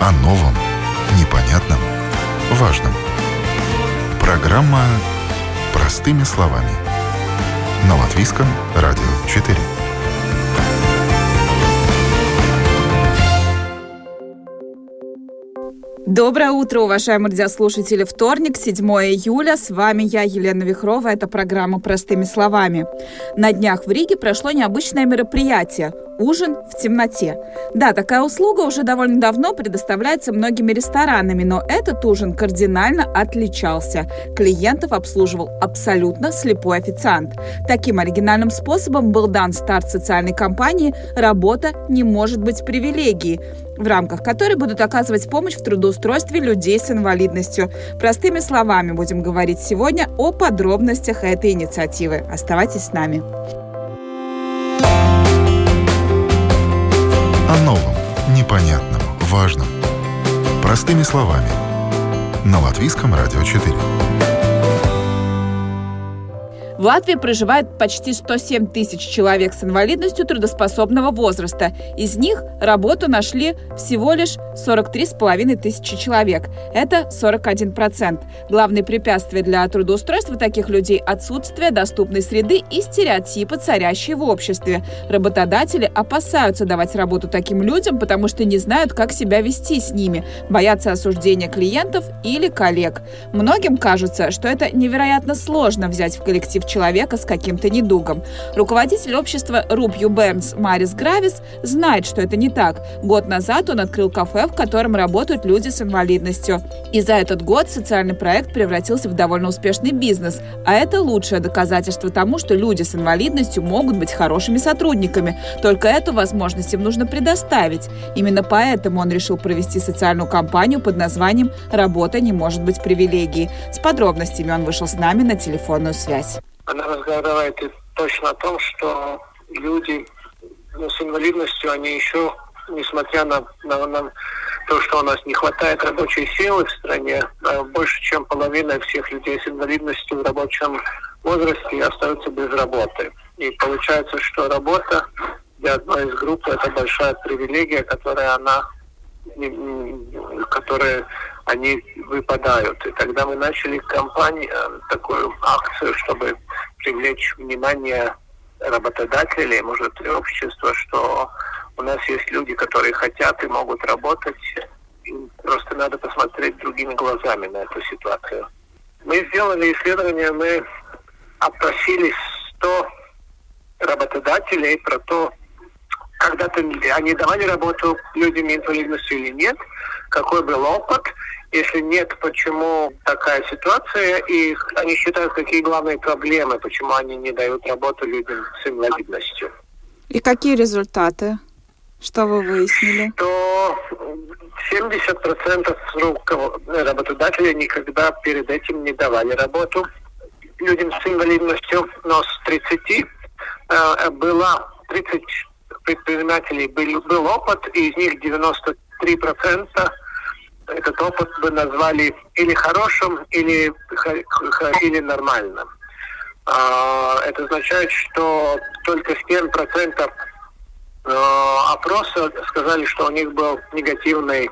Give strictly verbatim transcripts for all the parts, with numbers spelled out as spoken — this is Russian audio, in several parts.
О новом, непонятном, важном. Программа «Простыми словами» на Латвийском радио четыре. Доброе утро, уважаемые радиослушатели. Вторник, седьмое июля. С вами я, Елена Вихрова. Это программа «Простыми словами». На днях в Риге прошло необычное мероприятие – ужин в темноте. Да, такая услуга уже довольно давно предоставляется многими ресторанами, но этот ужин кардинально отличался. Клиентов обслуживал абсолютно слепой официант. Таким оригинальным способом был дан старт социальной кампании «Работа не может быть привилегией», в рамках которой будут оказывать помощь в трудоустройстве людей с инвалидностью. Простыми словами будем говорить сегодня о подробностях этой инициативы. Оставайтесь с нами. О новом, непонятном, важном. Простыми словами. На Латвийском радио четыре. В Латвии проживает почти сто семь тысяч человек с инвалидностью трудоспособного возраста. Из них работу нашли всего лишь сорок три с половиной тысячи человек. Это сорок один процент. Главные препятствия для трудоустройства таких людей – отсутствие доступной среды и стереотипы, царящие в обществе. Работодатели опасаются давать работу таким людям, потому что не знают, как себя вести с ними, боятся осуждения клиентов или коллег. Многим кажется, что это невероятно сложно взять в коллектив человека с каким-то недугом. Руководитель общества Рупью Бернс Марис Гравис знает, что это не так. Год назад он открыл кафе, в котором работают люди с инвалидностью. И за этот год социальный проект превратился в довольно успешный бизнес. А это лучшее доказательство тому, что люди с инвалидностью могут быть хорошими сотрудниками. Только эту возможность им нужно предоставить. Именно поэтому он решил провести социальную кампанию под названием «Работа не может быть привилегией». С подробностями он вышел с нами на телефонную связь. Она разговаривает точно о том, что люди с инвалидностью, они еще, несмотря на, на, на то, что у нас не хватает рабочей силы в стране, больше чем половина всех людей с инвалидностью в рабочем возрасте остаются без работы. И получается, что работа для одной из групп – это большая привилегия, которая она, которая они выпадают. И тогда мы начали кампанию, такую акцию, чтобы привлечь внимание работодателей, может, и общества, что у нас есть люди, которые хотят и могут работать. Им просто надо посмотреть другими глазами на эту ситуацию. Мы сделали исследование, мы опросили сто работодателей про то, когда-то они давали работу людям с инвалидностью или нет, какой был опыт, если нет, почему такая ситуация, и они считают, какие главные проблемы, почему они не дают работу людям с инвалидностью. И какие результаты? Что вы выяснили? Что семьдесят процентов работодателей никогда перед этим не давали работу людям с инвалидностью, но с тридцати э, было тридцать предпринимателей был, был опыт, и из них девяносто три процента этот опыт бы назвали или хорошим, или, или нормальным. Это означает, что только семь процентов опроса сказали, что у них был негативный,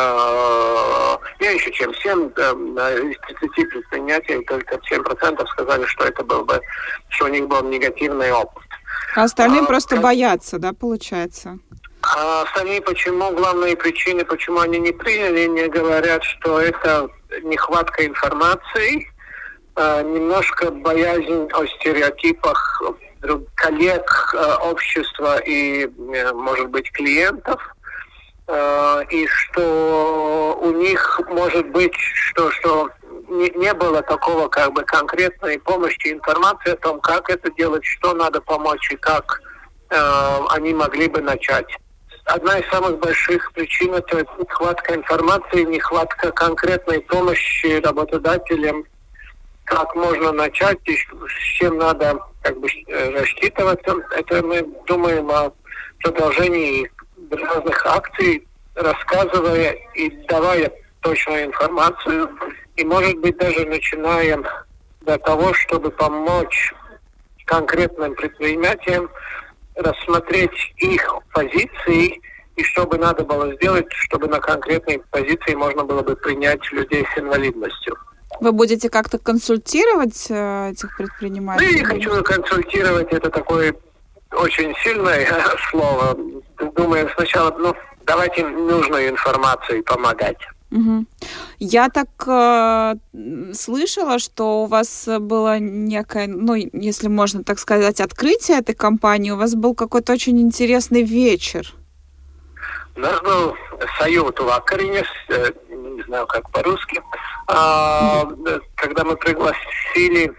меньше, чем семь из тридцати предпринимателей, только семь процентов сказали, что это был бы, что у них был негативный опыт. А остальные а, просто как... боятся, да, получается? А остальные, почему, главные причины, почему они не приняли, не говорят, что это нехватка информации, а, немножко боязнь о стереотипах коллег, общества и, может быть, клиентов, а, и что у них, может быть, что... что Не, не было такого как бы конкретной помощи, информации о том, как это делать, что надо помочь и как э, они могли бы начать. Одна из самых больших причин – это нехватка информации, нехватка конкретной помощи работодателям, как можно начать и с чем надо как бы рассчитываться. Это мы думаем о продолжении разных акций, рассказывая и давая точную информацию. И, может быть, даже начинаем до того, чтобы помочь конкретным предприятиям рассмотреть их позиции и что бы надо было сделать, чтобы на конкретной позиции можно было бы принять людей с инвалидностью. Вы будете как-то консультировать э, этих предпринимателей? Ну, я хочу консультировать, это такое очень сильное слово. Думаю, сначала, ну, давайте им нужную информацию помогать. Угу. Я так э, слышала, что у вас было некое, ну, если можно так сказать, открытие этой компании. У вас был какой-то очень интересный вечер. У нас был Sajūtu vakariņas, не знаю, как по-русски, mm-hmm. когда мы пригласили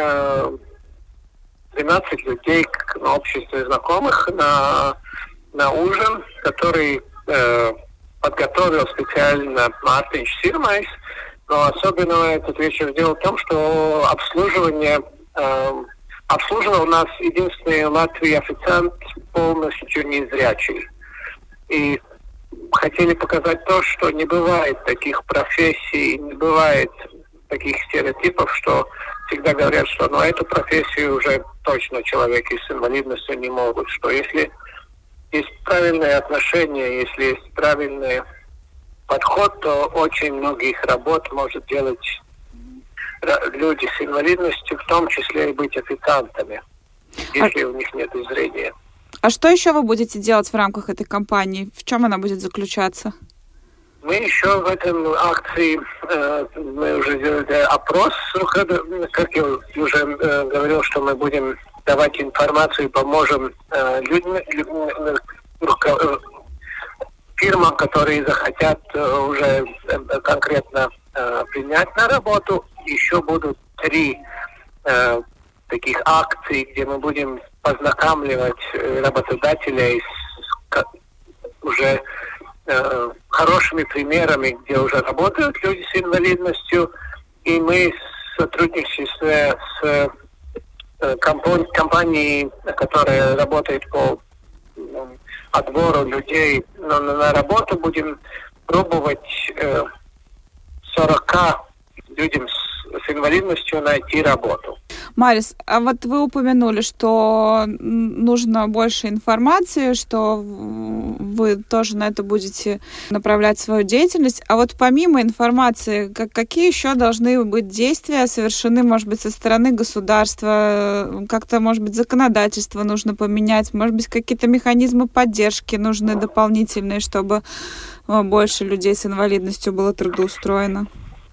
двенадцать людей на обществе знакомых на, на ужин, который подготовил специально Мартинš Sirmais. Но особенно этот вечер дело в том, что обслуживание обслуживал нас единственный в Латвии официант полностью незрячий. И хотели показать то, что не бывает таких профессий, не бывает таких стереотипов, что всегда говорят, что ну, эту профессию уже точно человеки с инвалидностью не могут. Что если есть правильное отношение, если есть правильный подход, то очень многих работ может делать люди с инвалидностью, в том числе и быть официантами, если а... у них нет зрения. А что еще вы будете делать в рамках этой кампании? В чем она будет заключаться? Мы еще в этом акции, э, мы уже сделали опрос, как я уже э, говорил, что мы будем давать информацию и поможем э, людям, людям э, фирмам, которые захотят э, уже э, конкретно э, принять на работу. Еще будут три э, таких акций, где мы будем познакомливать работодателей с, с уже э, хорошими примерами, где уже работают люди с инвалидностью, и мы сотрудничаем с, с э, компани- компанией, которая работает по э, отбору людей на, на работу, будем пробовать э, сорок людям с, с инвалидностью найти работу. Марис, а вот вы упомянули, что нужно больше информации, что вы тоже на это будете направлять свою деятельность. А вот помимо информации, как, какие еще должны быть действия совершены, может быть, со стороны государства? Как-то, может быть, законодательство нужно поменять? Может быть, какие-то механизмы поддержки нужны дополнительные, чтобы больше людей с инвалидностью было трудоустроено?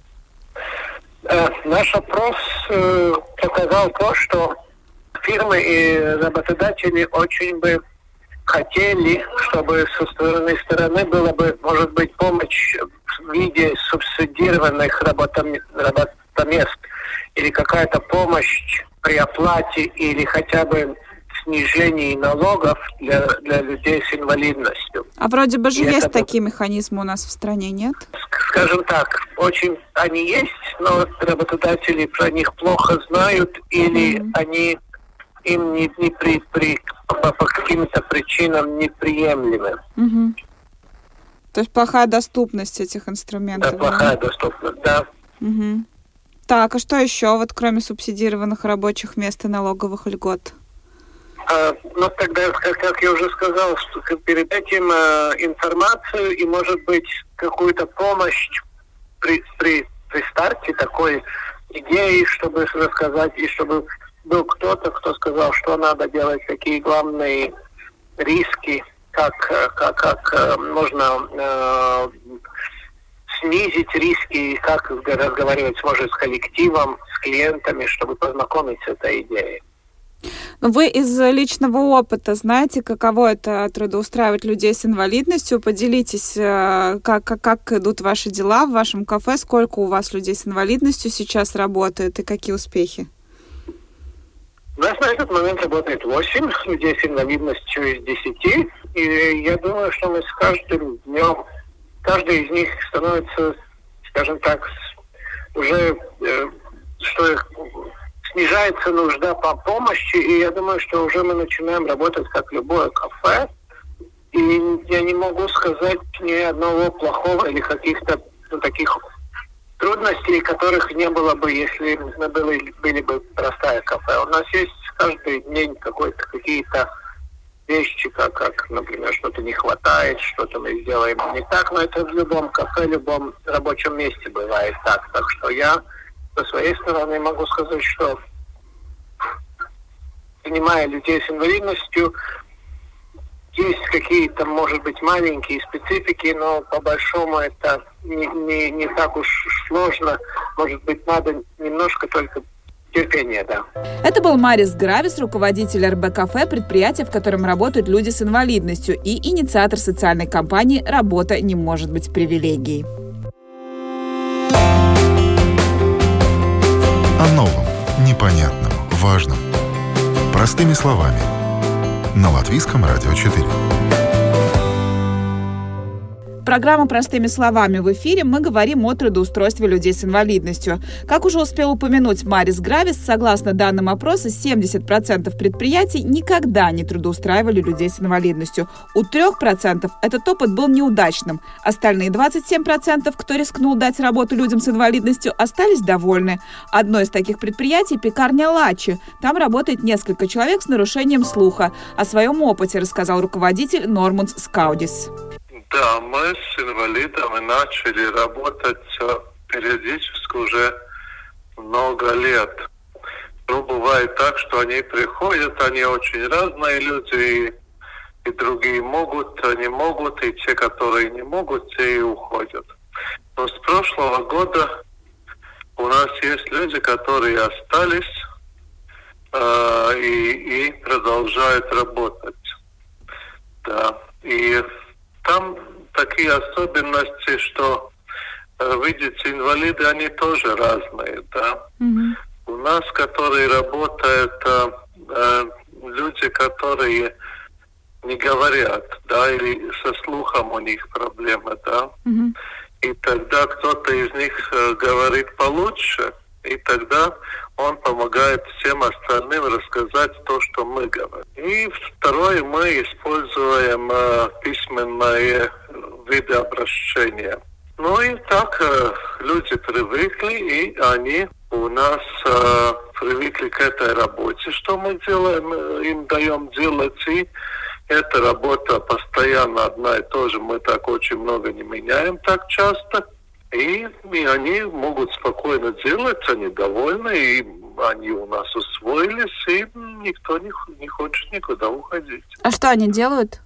Наш опрос э, показал то, что фирмы и работодатели очень бы хотели, чтобы со стороны стороны была бы, может быть, помощь в виде субсидированных работом- работомест или какая-то помощь при оплате или хотя бы снижении налогов для, для людей с инвалидностью. А вроде бы же и есть это... такие механизмы у нас в стране, нет? Скажем так, очень они есть, но работодатели про них плохо знают или mm-hmm. они им не, не при, при, по, по каким-то причинам неприемлемы. Mm-hmm. То есть плохая доступность этих инструментов. Да, плохая да? доступность, да. Mm-hmm. Так, а что еще, вот кроме субсидированных рабочих мест и налоговых льгот? А, ну, тогда, как, как я уже сказал, что перед этим э, информацию и, может быть, какую-то помощь при, при, при старте такой идеи, чтобы рассказать, и чтобы был кто-то, кто сказал, что надо делать, какие главные риски, как, как, как можно э, снизить риски, как разговаривать, может, с коллективом, с клиентами, чтобы познакомиться с этой идеей. Вы из личного опыта знаете, каково это трудоустраивать людей с инвалидностью? Поделитесь, как, как, как идут ваши дела в вашем кафе, сколько у вас людей с инвалидностью сейчас работает и какие успехи? У нас на этот момент работает восемь людей с инвалидностью из десяти, и я думаю, что мы с каждым днем, каждый из них становится, скажем так, уже, что снижается нужда по помощи, и я думаю, что уже мы начинаем работать как любое кафе, и я не могу сказать ни одного плохого или каких-то ну, таких трудностей, которых не было бы, если мы были, были бы простая кафе. У нас есть каждый день какой-то, какие-то вещи, как, как, например, что-то не хватает, что-то мы сделаем не так, но это в любом кафе, в любом рабочем месте бывает так. Так что я со своей стороны могу сказать, что принимая людей с инвалидностью, есть какие-то, может быть, маленькие специфики, но по-большому это не, не, не так уж сложно. Может быть, надо немножко только терпения, да. Это был Марис Гравис, руководитель эр бэ Кафе, предприятия, в котором работают люди с инвалидностью, и инициатор социальной кампании «Работа не может быть привилегией». О новом, непонятном, важном. Простыми словами. На Латвийском радио четыре. Программа «Простыми словами» в эфире. Мы говорим о трудоустройстве людей с инвалидностью. Как уже успел упомянуть Марис Гравис, согласно данным опроса, семьдесят процентов предприятий никогда не трудоустраивали людей с инвалидностью. У трех процентов этот опыт был неудачным. Остальные двадцать семь процентов, кто рискнул дать работу людям с инвалидностью, остались довольны. Одно из таких предприятий – пекарня «Лачи». Там работает несколько человек с нарушением слуха. О своем опыте рассказал руководитель Нормунс Скаудис. Да, мы с инвалидами начали работать периодически уже много лет. Ну, бывает так, что они приходят, они очень разные люди, и, и другие могут, не могут, и те, которые не могут, те и уходят. Но с прошлого года у нас есть люди, которые остались э, и, и продолжают работать. Да, и там такие особенности, что, видите, инвалиды, они тоже разные, да. Mm-hmm. У нас, которые работают, люди, которые не говорят, да, или со слухом у них проблемы, да. Mm-hmm. И тогда кто-то из них говорит получше, и тогда он помогает всем остальным рассказать то, что мы говорим. И второе, мы используем э, письменные виды обращения. Ну и так э, люди привыкли, и они у нас э, привыкли к этой работе, что мы делаем, им даем делать, и эта работа постоянно одна и та же, мы так очень много не меняем так часто. И, и они могут спокойно делать, они довольны, и они у нас усвоились, и никто не, не хочет никуда уходить. А что они делают?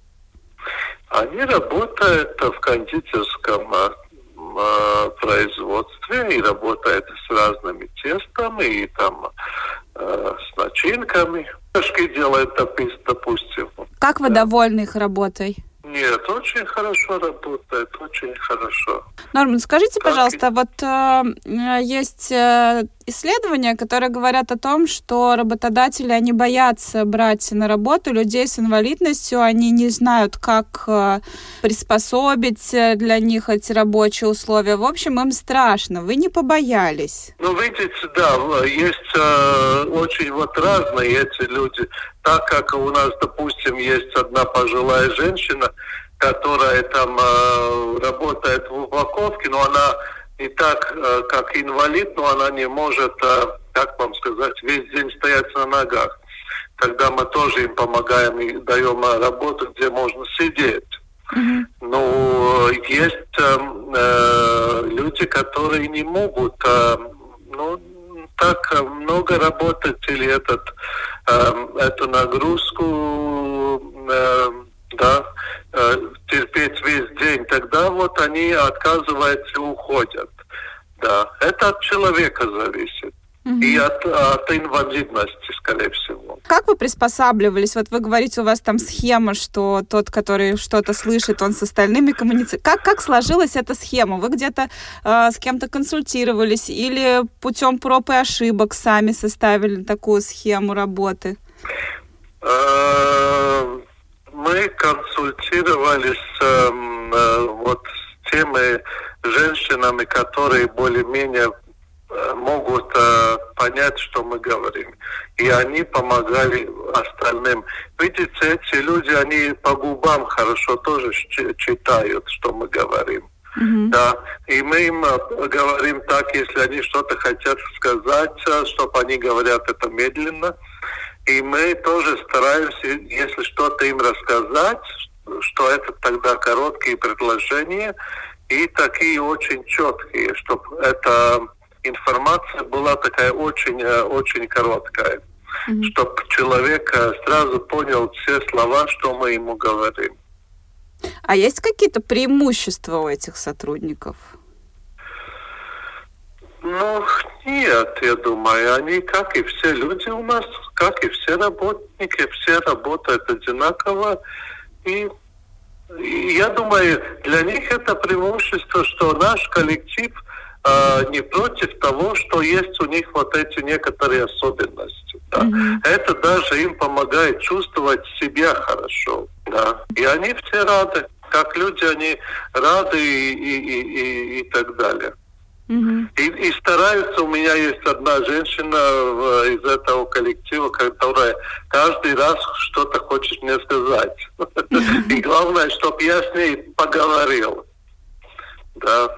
Они работают в кондитерском э, производстве и работают с разными тестами и там э, с начинками. Пирожки делают, допустим. Как вы да. довольны их работой? Нет, очень хорошо работает, очень хорошо. Норман, скажите, как? пожалуйста, вот э, есть э, исследования, которые говорят о том, что работодатели, они боятся брать на работу людей с инвалидностью, они не знают, как э, приспособить для них эти рабочие условия. В общем, им страшно. Вы не побоялись? Ну, видите, да, есть э, очень вот разные эти люди. Так как у нас, допустим, есть одна пожилая женщина, которая там э, работает в упаковке, но она не так, э, как инвалид, но она не может, э, как вам сказать, весь день стоять на ногах. Тогда мы тоже им помогаем и даем работу, где можно сидеть. Mm-hmm. Но есть э, э, люди, которые не могут, э, ну, так много работать или этот, э, эту нагрузку э, да, э, терпеть весь день, тогда вот они отказываются и уходят. Да, это от человека зависит. Mm-hmm. И от, от инвалидности, скорее всего. Как вы приспосабливались? Вот вы говорите, у вас там схема, что тот, который что-то слышит, он с остальными коммуницирует. Как, как сложилась эта схема? Вы где-то э, с кем-то консультировались или путем проб и ошибок сами составили такую схему работы? Мы консультировались э, вот с теми женщинами, которые более-менее могут э, понять, что мы говорим. И они помогали остальным. Видите, эти люди, они по губам хорошо тоже читают, что мы говорим. Mm-hmm. Да. И мы им говорим так, если они что-то хотят сказать, чтобы они говорят это медленно. И мы тоже стараемся, если что-то им рассказать, что это тогда короткие предложения и такие очень четкие, чтобы эта информация была такая очень, очень короткая, mm-hmm. чтобы человек сразу понял все слова, что мы ему говорим. А есть какие-то преимущества у этих сотрудников? Ну, нет, я думаю, они, как и все люди у нас, как и все работники, все работают одинаково. И, и я думаю, для них это преимущество, что наш коллектив э, не против того, что есть у них вот эти некоторые особенности. Да. Mm-hmm. Это даже им помогает чувствовать себя хорошо. Да. И они все рады. Как люди, они рады и, и, и, и, и так далее. Mm-hmm. И, и стараются, у меня есть одна женщина в, из этого коллектива, которая каждый раз что-то хочет мне сказать. Mm-hmm. И главное, чтобы я с ней поговорил. Да.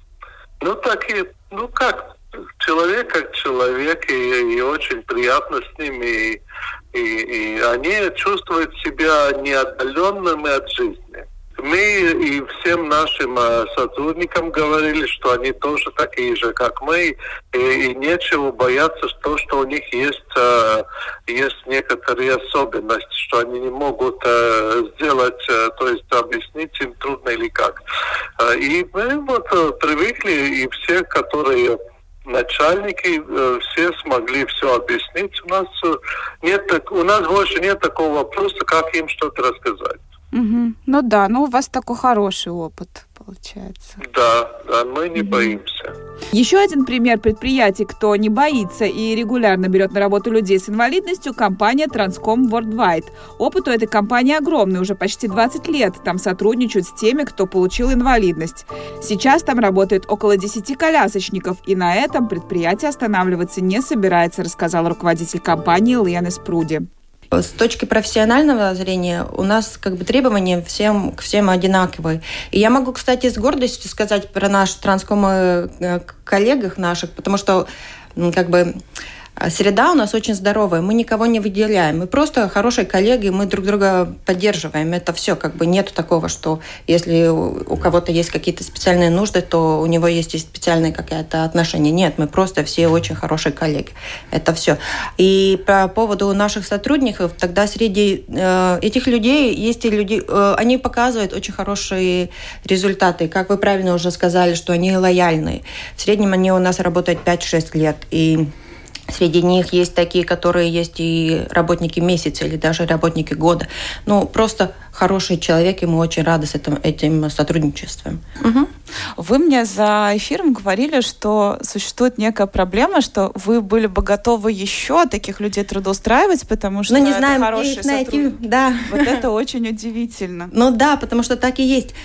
Ну, так и, ну как, человек как человек, и, и очень приятно с ними, и, и, и они чувствуют себя неотдаленными от жизни. Мы и всем нашим э, сотрудникам говорили, что они тоже такие же, как мы, и, и нечего бояться, что, что у них есть, э, есть некоторые особенности, что они не могут э, сделать, э, то есть объяснить им трудно или как. Э, и мы вот э, привыкли, и все, которые начальники, э, все смогли все объяснить. У нас, э, нет, у нас больше нет такого вопроса, как им что-то рассказать. Угу. Ну да, ну у вас такой хороший опыт получается. Да, да, мы не угу. боимся. Еще один пример предприятий, кто не боится и регулярно берет на работу людей с инвалидностью, компания Transcom Worldwide. Опыт у этой компании огромный, уже почти двадцать лет. Там сотрудничают с теми, кто получил инвалидность. Сейчас там работает около десяти колясочников, и на этом предприятие останавливаться не собирается, рассказал руководитель компании Лена Спруди. С точки профессионального зрения у нас как бы требования всем, к всем одинаковые. И я могу, кстати, с гордостью сказать про наших транском коллегах наших, потому что как бы среда у нас очень здоровая, мы никого не выделяем. Мы просто хорошие коллеги, мы друг друга поддерживаем. Это все, как бы нет такого, что если у кого-то есть какие-то специальные нужды, то у него есть и специальные какие-то отношения. Нет, мы просто все очень хорошие коллеги. Это все. И по поводу наших сотрудников, тогда среди э, этих людей есть и люди, э, они показывают очень хорошие результаты. Как вы правильно уже сказали, что они лояльные. В среднем они у нас работают пять-шесть лет. И среди них есть такие, которые есть и работники месяца или даже работники года. Ну, просто хороший человек, и мы очень рады с этим, этим сотрудничеством. Угу. Вы мне за эфиром говорили, что существует некая проблема, что вы были бы готовы еще таких людей трудоустраивать, потому что ну, не это знаем, хорошие их найти. сотрудники. Да. Вот это очень удивительно. Ну да, потому что так и есть.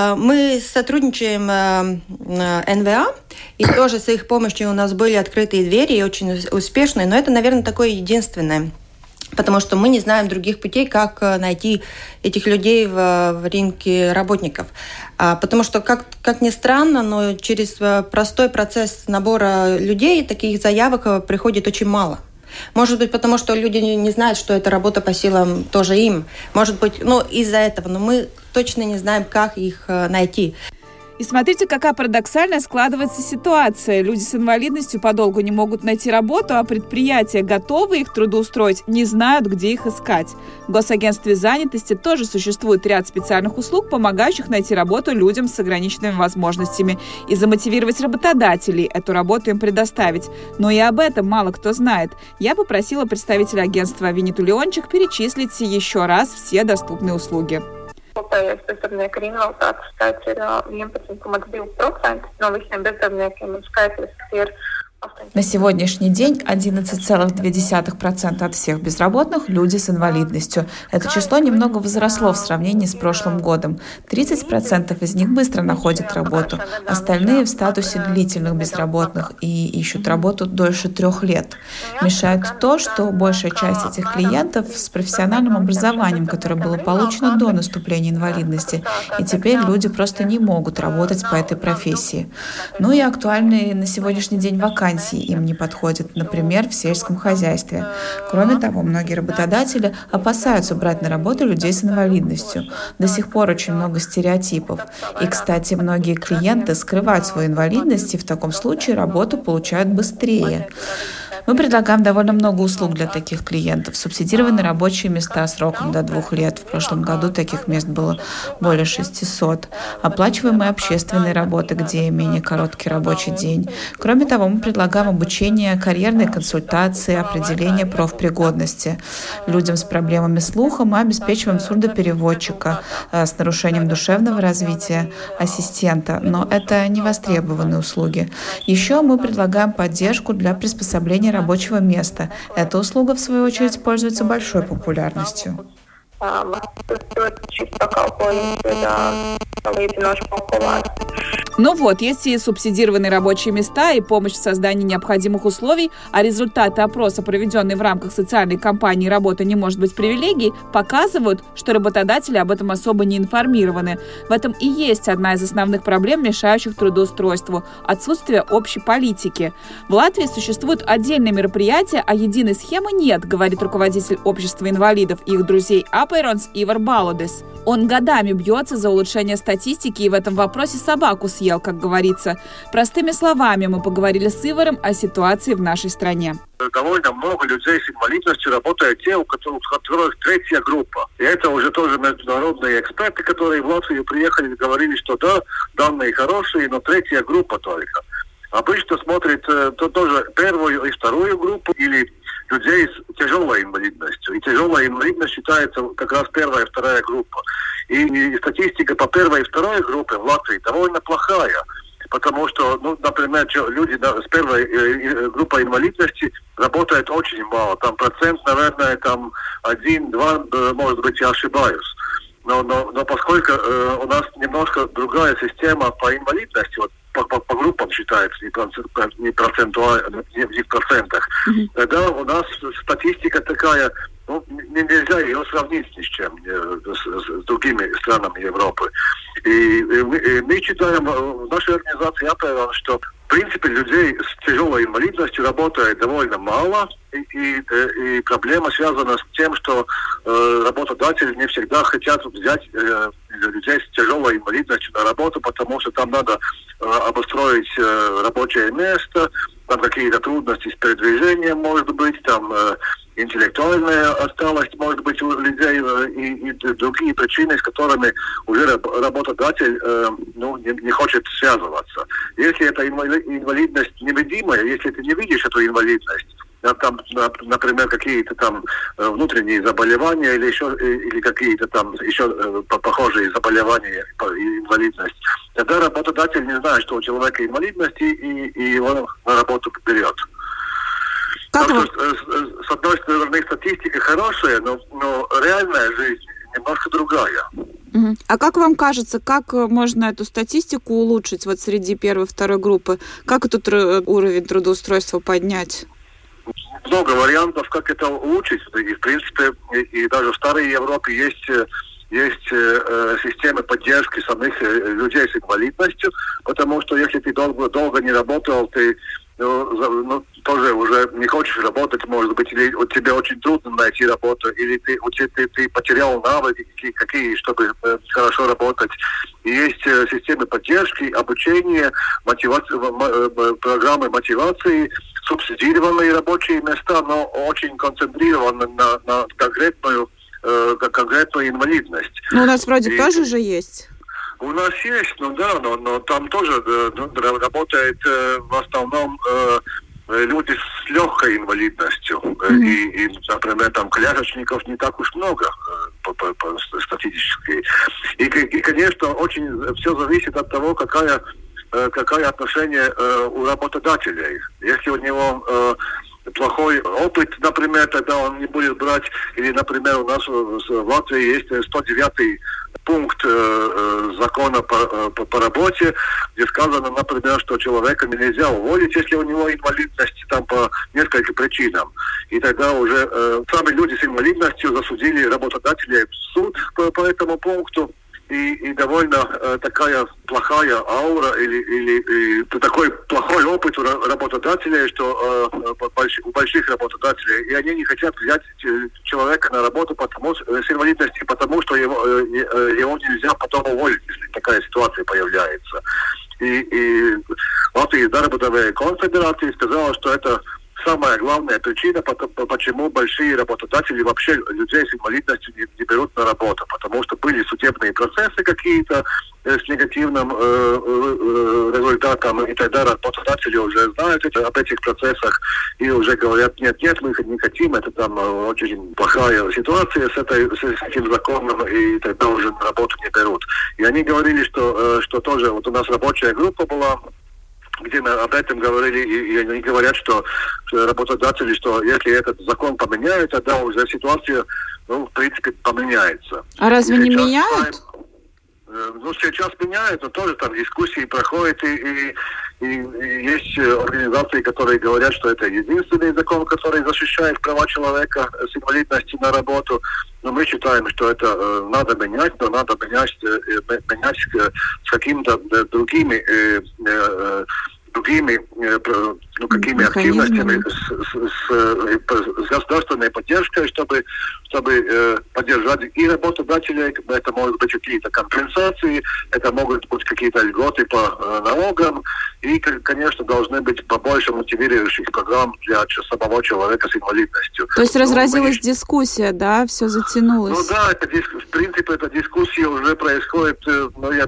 Мы сотрудничаем эн вэ а, и тоже с их помощью у нас были открытые двери и очень успешные, но это, наверное, такое единственное. Потому что мы не знаем других путей, как найти этих людей в, в рынке работников. А, потому что, как, как ни странно, но через простой процесс набора людей таких заявок приходит очень мало. Может быть, потому что люди не знают, что эта работа по силам тоже им. Может быть, ну, из-за этого, но мы точно не знаем, как их найти. И смотрите, какая парадоксальная складывается ситуация. Люди с инвалидностью подолгу не могут найти работу, а предприятия, готовы их трудоустроить, не знают, где их искать. В Госагентстве занятости тоже существует ряд специальных услуг, помогающих найти работу людям с ограниченными возможностями и замотивировать работодателей эту работу им предоставить. Но и об этом мало кто знает. Я попросила представителя агентства Виниту Леончик перечислить еще раз все доступные услуги. Kopējais bezdarbnieka invaliditātes skaits ir vienpadsmit целых два процента no visiem bezdarbniekiem, un skaitlis ir На сегодняшний день одиннадцать целых две десятых процента от всех безработных – люди с инвалидностью. Это число немного возросло в сравнении с прошлым годом. тридцать процентов из них быстро находят работу. Остальные в статусе длительных безработных и ищут работу дольше трех лет. Мешает то, что большая часть этих клиентов с профессиональным образованием, которое было получено до наступления инвалидности, и теперь люди просто не могут работать по этой профессии. Ну и актуальные на сегодняшний день вакансии вакансии им не подходят, например, в сельском хозяйстве. Кроме того, многие работодатели опасаются брать на работу людей с инвалидностью. До сих пор очень много стереотипов. И, кстати, многие клиенты скрывают свою инвалидность и в таком случае работу получают быстрее. Мы предлагаем довольно много услуг для таких клиентов. Субсидированные рабочие места сроком до двух лет. В прошлом году таких мест было более шестисот. Оплачиваемые общественные работы, где менее короткий рабочий день. Кроме того, мы предлагаем обучение, карьерные консультации, определение профпригодности. Людям с проблемами слуха мы обеспечиваем сурдопереводчика, с нарушением душевного развития, ассистента. Но это не востребованные услуги. Еще мы предлагаем поддержку для приспособления рабочего места. Эта услуга, в свою очередь, пользуется большой популярностью. Ну вот, есть и субсидированные рабочие места, и помощь в создании необходимых условий, а результаты опроса, проведенные в рамках социальной кампании «Работа не может быть привилегией», показывают, что работодатели об этом особо не информированы. В этом и есть одна из основных проблем, мешающих трудоустройству – отсутствие общей политики. В Латвии существуют отдельные мероприятия, а единой схемы нет, говорит руководитель общества инвалидов и их друзей Апейронс Ивар Балодес. Он годами бьется за улучшение статистики и в этом вопросе собаку съел, как говорится. Простыми словами, мы поговорили с Иваром о ситуации в нашей стране. Довольно много людей с инвалидностью работают те, у которых, у которых третья группа. И это уже тоже международные эксперты, которые в Латвию приехали и говорили, что да, данные хорошие, но третья группа только. Обычно смотрит то тоже первую и вторую группу или людей с тяжелой инвалидностью. И тяжелая инвалидность считается как раз первая и вторая группа. И, и статистика по первой и второй группе в Латвии довольно плохая. Потому что, ну, например, люди да, с первой э, группой инвалидности работают очень мало. Там процент, наверное, там один-два, э, может быть, я ошибаюсь. Но, но, но поскольку э, у нас немножко другая система по инвалидности, вот, по, по, по группам считается, не, процент, не процентуально, не в процентах, mm-hmm. тогда у нас статистика такая, ну, нельзя ее сравнить ни с чем, с, с, с другими странами Европы. И, и, мы, и мы считаем в нашей организации, что в принципе людей с тяжелой инвалидностью работает довольно мало, и, и, и проблема связана с тем, что э, работодатели не всегда хотят взять э, людей с тяжелой инвалидностью на работу, потому что там надо э, обустроить э, рабочее место, там какие-то трудности с передвижением, может быть, там э, интеллектуальная отсталость, может быть, у людей э, и, и другие причины, с которыми уже работодатель э, ну, не, не хочет связываться. Если эта инвалидность невидимая, если ты не видишь эту инвалидность, там, например, какие-то там внутренние заболевания или еще или какие-то там еще похожие заболевания, инвалидность, тогда работодатель не знает, что у человека инвалидность, и, и его на работу берет. Так что, с одной стороны, статистика хорошая, но, но реальная жизнь немножко другая. А как вам кажется, как можно эту статистику улучшить вот среди первой и второй группы? Как этот уровень трудоустройства поднять? Много вариантов, как это улучшить. И, в принципе, и, и даже в старой Европе есть, есть э, системы поддержки самих людей с инвалидностью, потому что если ты долго, долго не работал, ты ну, ну, тоже уже не хочешь работать, может быть, или у тебя очень трудно найти работу, или ты, ты, ты потерял навыки какие, чтобы э, хорошо работать. И есть э, системы поддержки, обучения, мотивации, э, программы мотивации, субсидированные рабочие места, но очень концентрированы на, на конкретную, э, конкретную инвалидность. Ну, у нас вроде И... тоже же есть. У нас есть, ну да, но, но там тоже ну, работает э, в основном э, люди с легкой инвалидностью. Mm-hmm. И, и, например, там колясочников не так уж много э, по, по, по статистически. И, и, конечно, очень все зависит от того, какая, э, какое отношение э, у работодателей. Если у него э, плохой опыт, например, тогда он не будет брать. Или, например, у нас в Латвии есть сто девятый пункт э, закона по, по, по работе, где сказано, например, что человека нельзя уволить, если у него инвалидность там по нескольким причинам. И тогда уже э, сами люди с инвалидностью засудили работодателей в суд по, по этому пункту. и, и довольно э, такая плохая аура или, или и, такой плохой опыт у работодателей, что э, больш, у больших работодателей, и они не хотят взять человека на работу потому, с инвалидностью, потому что его, э, его нельзя потом уволить, если такая ситуация появляется. И, и Латвийская Дарбудовая конфедерация сказала, что это самая главная причина, почему большие работодатели вообще людей с инвалидностью не, не берут на работу. Потому что были судебные процессы какие-то э, с негативным э, э, результатом, и тогда работодатели уже знают об этих процессах и уже говорят, нет, нет, мы не хотим, это там очень плохая ситуация с, этой, с этим законом, и тогда уже на работу не берут. И они говорили, что, э, что тоже, вот у нас рабочая группа была, где мы об этом говорили, и, и они говорят, что, что работодатели, что если этот закон поменяют, тогда уже ситуация, ну, в принципе, поменяется. А разве не сейчас, меняют? Ну, сейчас меняют, но тоже там дискуссии проходят, и, и, и, и есть организации, которые говорят, что это единственный закон, который защищает права человека с инвалидностью на работу. Но мы считаем, что это э, надо менять, но надо менять, э, менять э, с какими-то э, другими, э, э, другими э, ну, какими активностями, с, с, с, с государственной поддержкой, чтобы, чтобы э, поддержать и работодателей. Это могут быть какие-то компенсации, это могут быть какие-то льготы по э, налогам, и, конечно, должны быть побольше мотивирующих программ для самого человека с инвалидностью. То есть разразилась мы... дискуссия, да, все затянулось? Ну да, это, в принципе, эта дискуссия уже происходит, ну, я,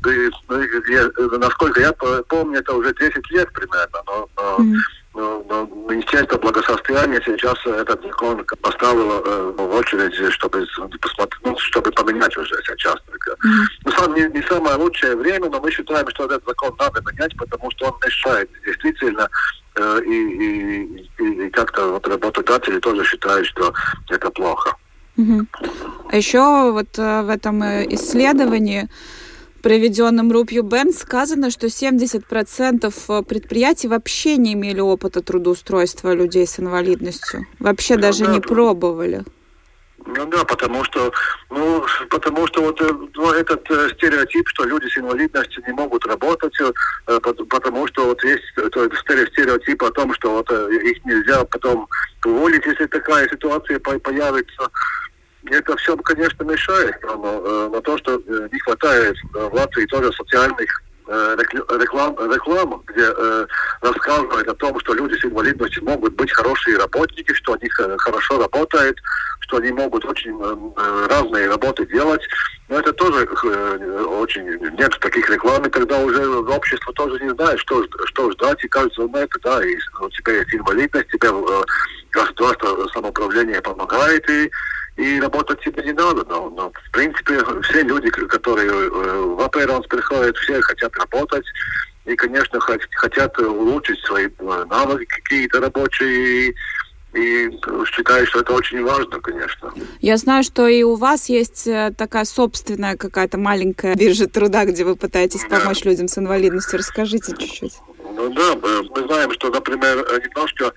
я, насколько я помню, это уже десять лет примерно, но, но, mm-hmm. но, но Министерство благосостояния сейчас этот закон поставило э, в очередь, чтобы, ну, чтобы поменять уже сейчас. Mm-hmm. Ну, сам, не, не самое лучшее время, но мы считаем, что этот закон надо менять, потому что он мешает действительно. Э, и, и, и, и как-то вот работодатели тоже считают, что это плохо. Mm-hmm. А еще вот э, в этом исследовании, проведенном Рупью Бен, сказано, что семьдесят процентов предприятий вообще не имели опыта трудоустройства людей с инвалидностью. Вообще ну, даже да, не пробовали. Ну да, потому что, ну, потому что вот ну, этот э, стереотип, что люди с инвалидностью не могут работать, э, потому что вот есть этот стереотип о том, что вот, э, их нельзя потом уволить, если такая ситуация появится. Это все, конечно, мешает, но, но то, что не хватает в Латвии тоже социальных реклам, реклам, где э, рассказывают о том, что люди с инвалидностью могут быть хорошие работники, что они хорошо работают, что они могут очень э, разные работы делать. Но это тоже э, очень... Нет таких реклам, когда уже общество тоже не знает, что, что ждать, и кажется, ну это да, и у тебя есть инвалидность, тебе э, государство самоуправление помогает, и И работать тебе не надо, но, но в принципе все люди, которые э, в Аперонс приходят, все хотят работать и, конечно, хотят улучшить свои навыки какие-то рабочие, и, и считаю, что это очень важно, конечно. Я знаю, что и у вас есть такая собственная какая-то маленькая биржа труда, где вы пытаетесь да. помочь людям с инвалидностью. Расскажите чуть-чуть. Ну да, мы знаем, что, например, немножко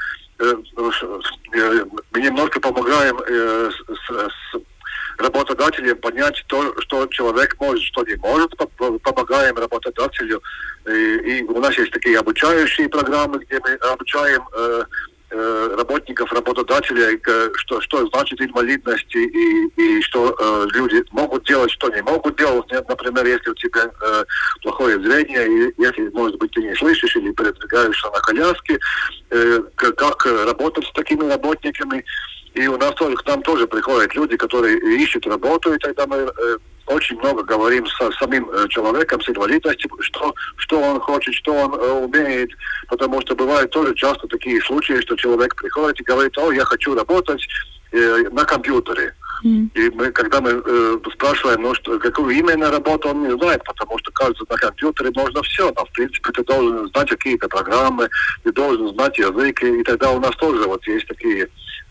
мы немножко помогаем э, с, с работодателям понять то, что человек может, что не может. Помогаем работодателю. И, и у нас есть такие обучающие программы, где мы обучаем э, э, работников, работодателей, что, что значит инвалидность, и, и что э, люди могут делать, что не могут делать. Например, если у тебя э, плохое зрение, и если, может быть, ты не слышишь или передвигаешься на коляске, э, как работать с такими работниками. И у нас тоже, к нам тоже приходят люди, которые ищут работу, и тогда мы э, очень много говорим с самим э, человеком с инвалидностью, что, что он хочет, что он э, умеет, потому что бывают тоже часто такие случаи, что человек приходит и говорит, о, я хочу работать э, на компьютере. Mm. И мы, когда мы э, спрашиваем, ну, что, какую именно работу, он не знает, потому что, кажется, на компьютере можно все, но, в принципе, ты должен знать какие-то программы, ты должен знать язык, и, и тогда у нас тоже вот есть такие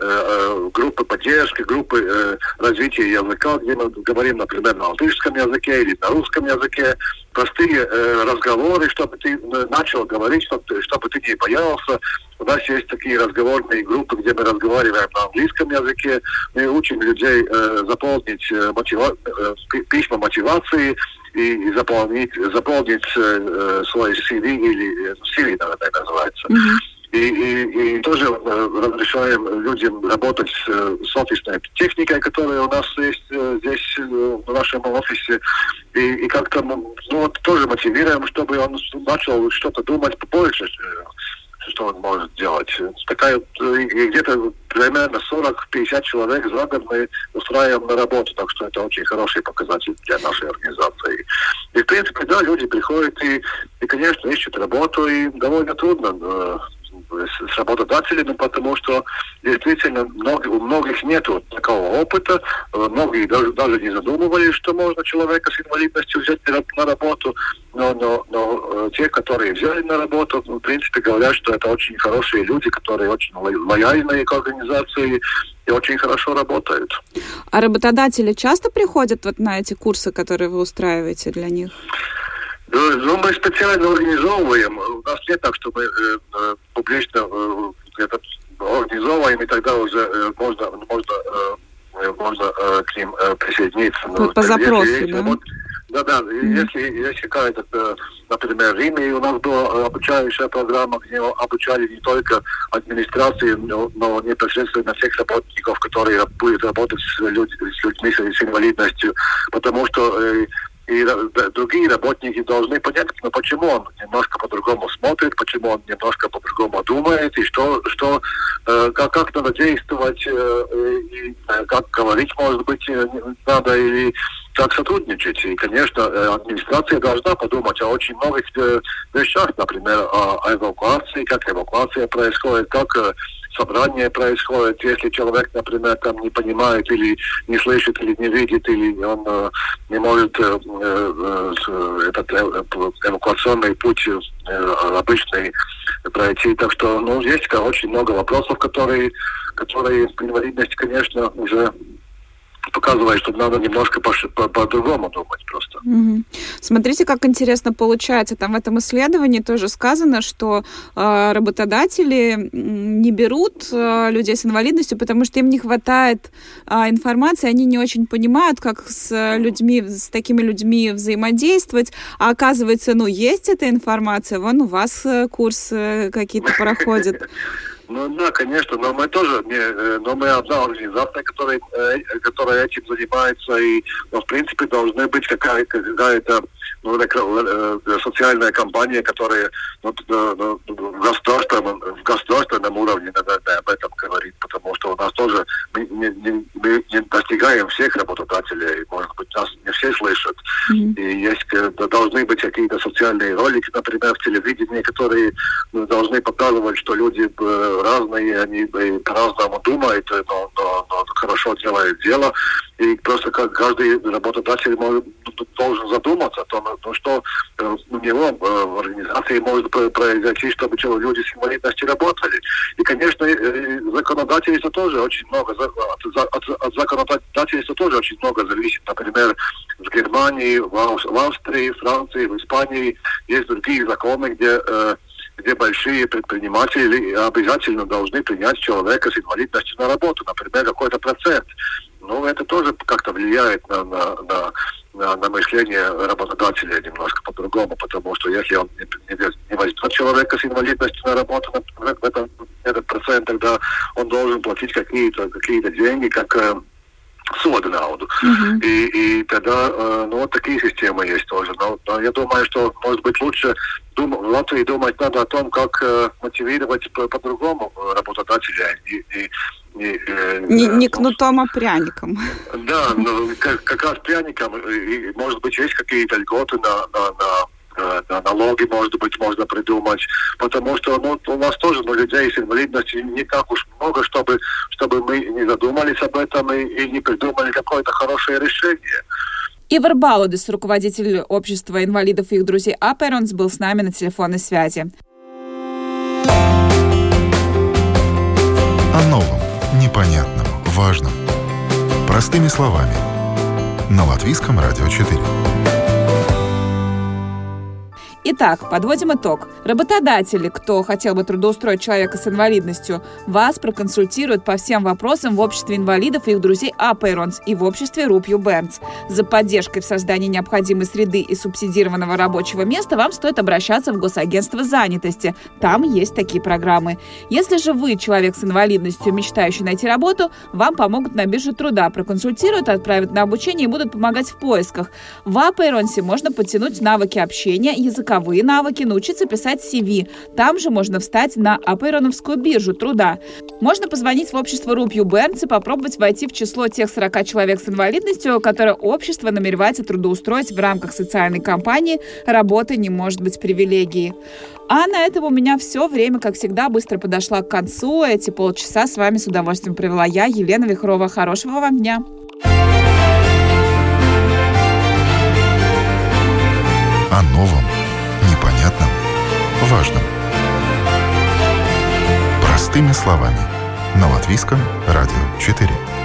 группы поддержки, группы развития языка, где мы говорим, например, на латышском языке или на русском языке. Простые разговоры, чтобы ты начал говорить, чтобы, чтобы ты не боялся. У нас есть такие разговорные группы, где мы разговариваем на английском языке. Мы учим людей заполнить мотива... письма мотивации и, и заполнить, заполнить э, свой си ви, или си ви, наверное, называется. Mm-hmm. И, и, и тоже э, разрешаем людям работать с, с офисной техникой, которая у нас есть э, здесь, э, в нашем офисе. И, и как-то ну, вот, тоже мотивируем, чтобы он начал что-то думать побольше, что он может делать. Такая, где-то примерно сорок-пятьдесят человек за год мы устраиваем на работу, так что это очень хороший показатель для нашей организации. И, в принципе, да, люди приходят и, и конечно, ищут работу, и довольно трудно э, с работодателями, потому что действительно много, у многих нет такого опыта, многие даже, даже не задумывались, что можно человека с инвалидностью взять на работу, но, но, но те, которые взяли на работу, в принципе, говорят, что это очень хорошие люди, которые очень лояльны к организации и очень хорошо работают. А работодатели часто приходят вот на эти курсы, которые вы устраиваете для них? Ну, мы специально организовываем. У нас нет так, что мы э, э, публично э, это организовываем, и тогда уже э, можно, можно, э, можно э, к ним э, присоединиться. По, по запросу, если, да? Вот, да, да. Mm-hmm. Если, если какая-то, э, например, в Риме у нас была обучающая программа, где обучали не только администрации, но, но непосредственно всех работников, которые будут работать с, людь, с людьми с инвалидностью, потому что э, и другие работники должны понять, ну, почему он немножко по-другому смотрит, почему он немножко по-другому думает, и что, что э, как, как надо действовать, э, и э, как говорить, может быть, надо, или как сотрудничать. И, конечно, администрация должна подумать о очень многих э, вещах, например, о, о эвакуации, как эвакуация происходит, как э, собрание происходит, если человек, например, там не понимает или не слышит, или не видит, или он э, не может э, э, этот э, эвакуационный путь э, обычный пройти. Так что, ну, есть очень много вопросов, которые, которые при инвалидности, конечно, уже показывает, что надо немножко по- по-другому думать просто. Mm-hmm. Смотрите, как интересно получается. Там в этом исследовании тоже сказано, что э, работодатели не берут э, людей с инвалидностью, потому что им не хватает э, информации, они не очень понимают, как с людьми, с такими людьми взаимодействовать. А оказывается, ну, есть эта информация. Вон у вас э, курсы какие-то проходят. Ну да, конечно, но мы тоже, не, но мы одна организация, которая, которая этим занимается, и, ну, в принципе, должны быть какая-то, какая-то ну, социальная кампания, которая ну, в, государственном, в государственном уровне надо об этом говорить, потому что у нас тоже мы не, не, мы не достигаем всех работодателей, может быть, нас не все слышат. Mm-hmm. И есть, должны быть какие-то социальные ролики, например, в телевидении, которые ну, должны показывать, что люди разные, они по-разному думают, но, но, но хорошо делают дело. И просто как каждый работодатель может, должен задуматься о том, ну, что у него в организации может произойти, чтобы люди с инвалидностью работали. И, конечно, законодательство тоже очень много, от, от, от законодательства тоже очень много зависит. Например, в Германии, в Австрии, Франции, в Испании есть другие законы, где где большие предприниматели обязательно должны принять человека с инвалидностью на работу, например, какой-то процент. Ну, это тоже как-то влияет на, на, на, на, на мышление работодателя немножко по-другому, потому что если он не, не, не возьмет человека с инвалидностью на работу, например, в этом, этот процент, тогда он должен платить какие-то, какие-то деньги, как сода naudu. Mm-hmm. И, и тогда, ну, вот такие системы есть тоже. Но, но я думаю, что, может быть, лучше дум, в Латвии думать надо о том, как э, мотивировать по- по-другому работодателя. И, и, и, э, не, не кнутом, а пряником. Да, ну, как, как раз пряником. И, может быть, есть какие-то льготы на, на, на налоги, может быть, можно придумать, потому что ну, у нас тоже ну, людей с инвалидностью не так уж много, чтобы, чтобы мы не задумались об этом и, и не придумали какое-то хорошее решение. Ивар Баудис, руководитель общества инвалидов и их друзей Аперонс, был с нами на телефонной связи. О новом, непонятном, важном. Простыми словами. На Латвийском радио четыре. Итак, подводим итог. Работодатели, кто хотел бы трудоустроить человека с инвалидностью, вас проконсультируют по всем вопросам в обществе инвалидов и их друзей Апейронс и в обществе Рупью Бернс. За поддержкой в создании необходимой среды и субсидированного рабочего места вам стоит обращаться в Госагентство занятости. Там есть такие программы. Если же вы человек с инвалидностью, мечтающий найти работу, вам помогут на бирже труда, проконсультируют, отправят на обучение и будут помогать в поисках. В Апейронсе можно подтянуть навыки общения, языка, навыки, научиться писать си ви. Там же можно встать на Апейроновскую биржу труда. Можно позвонить в общество Рупью Бернс и попробовать войти в число тех сорока человек с инвалидностью, которые общество намеревается трудоустроить в рамках социальной кампании «Работа не может быть привилегией». А на этом у меня все. Время, как всегда, быстро подошло к концу. Эти полчаса с вами с удовольствием провела я, Елена Вихрова. Хорошего вам дня! О новом, непонятном, важном. Простыми словами. На Латвийском радио четыре.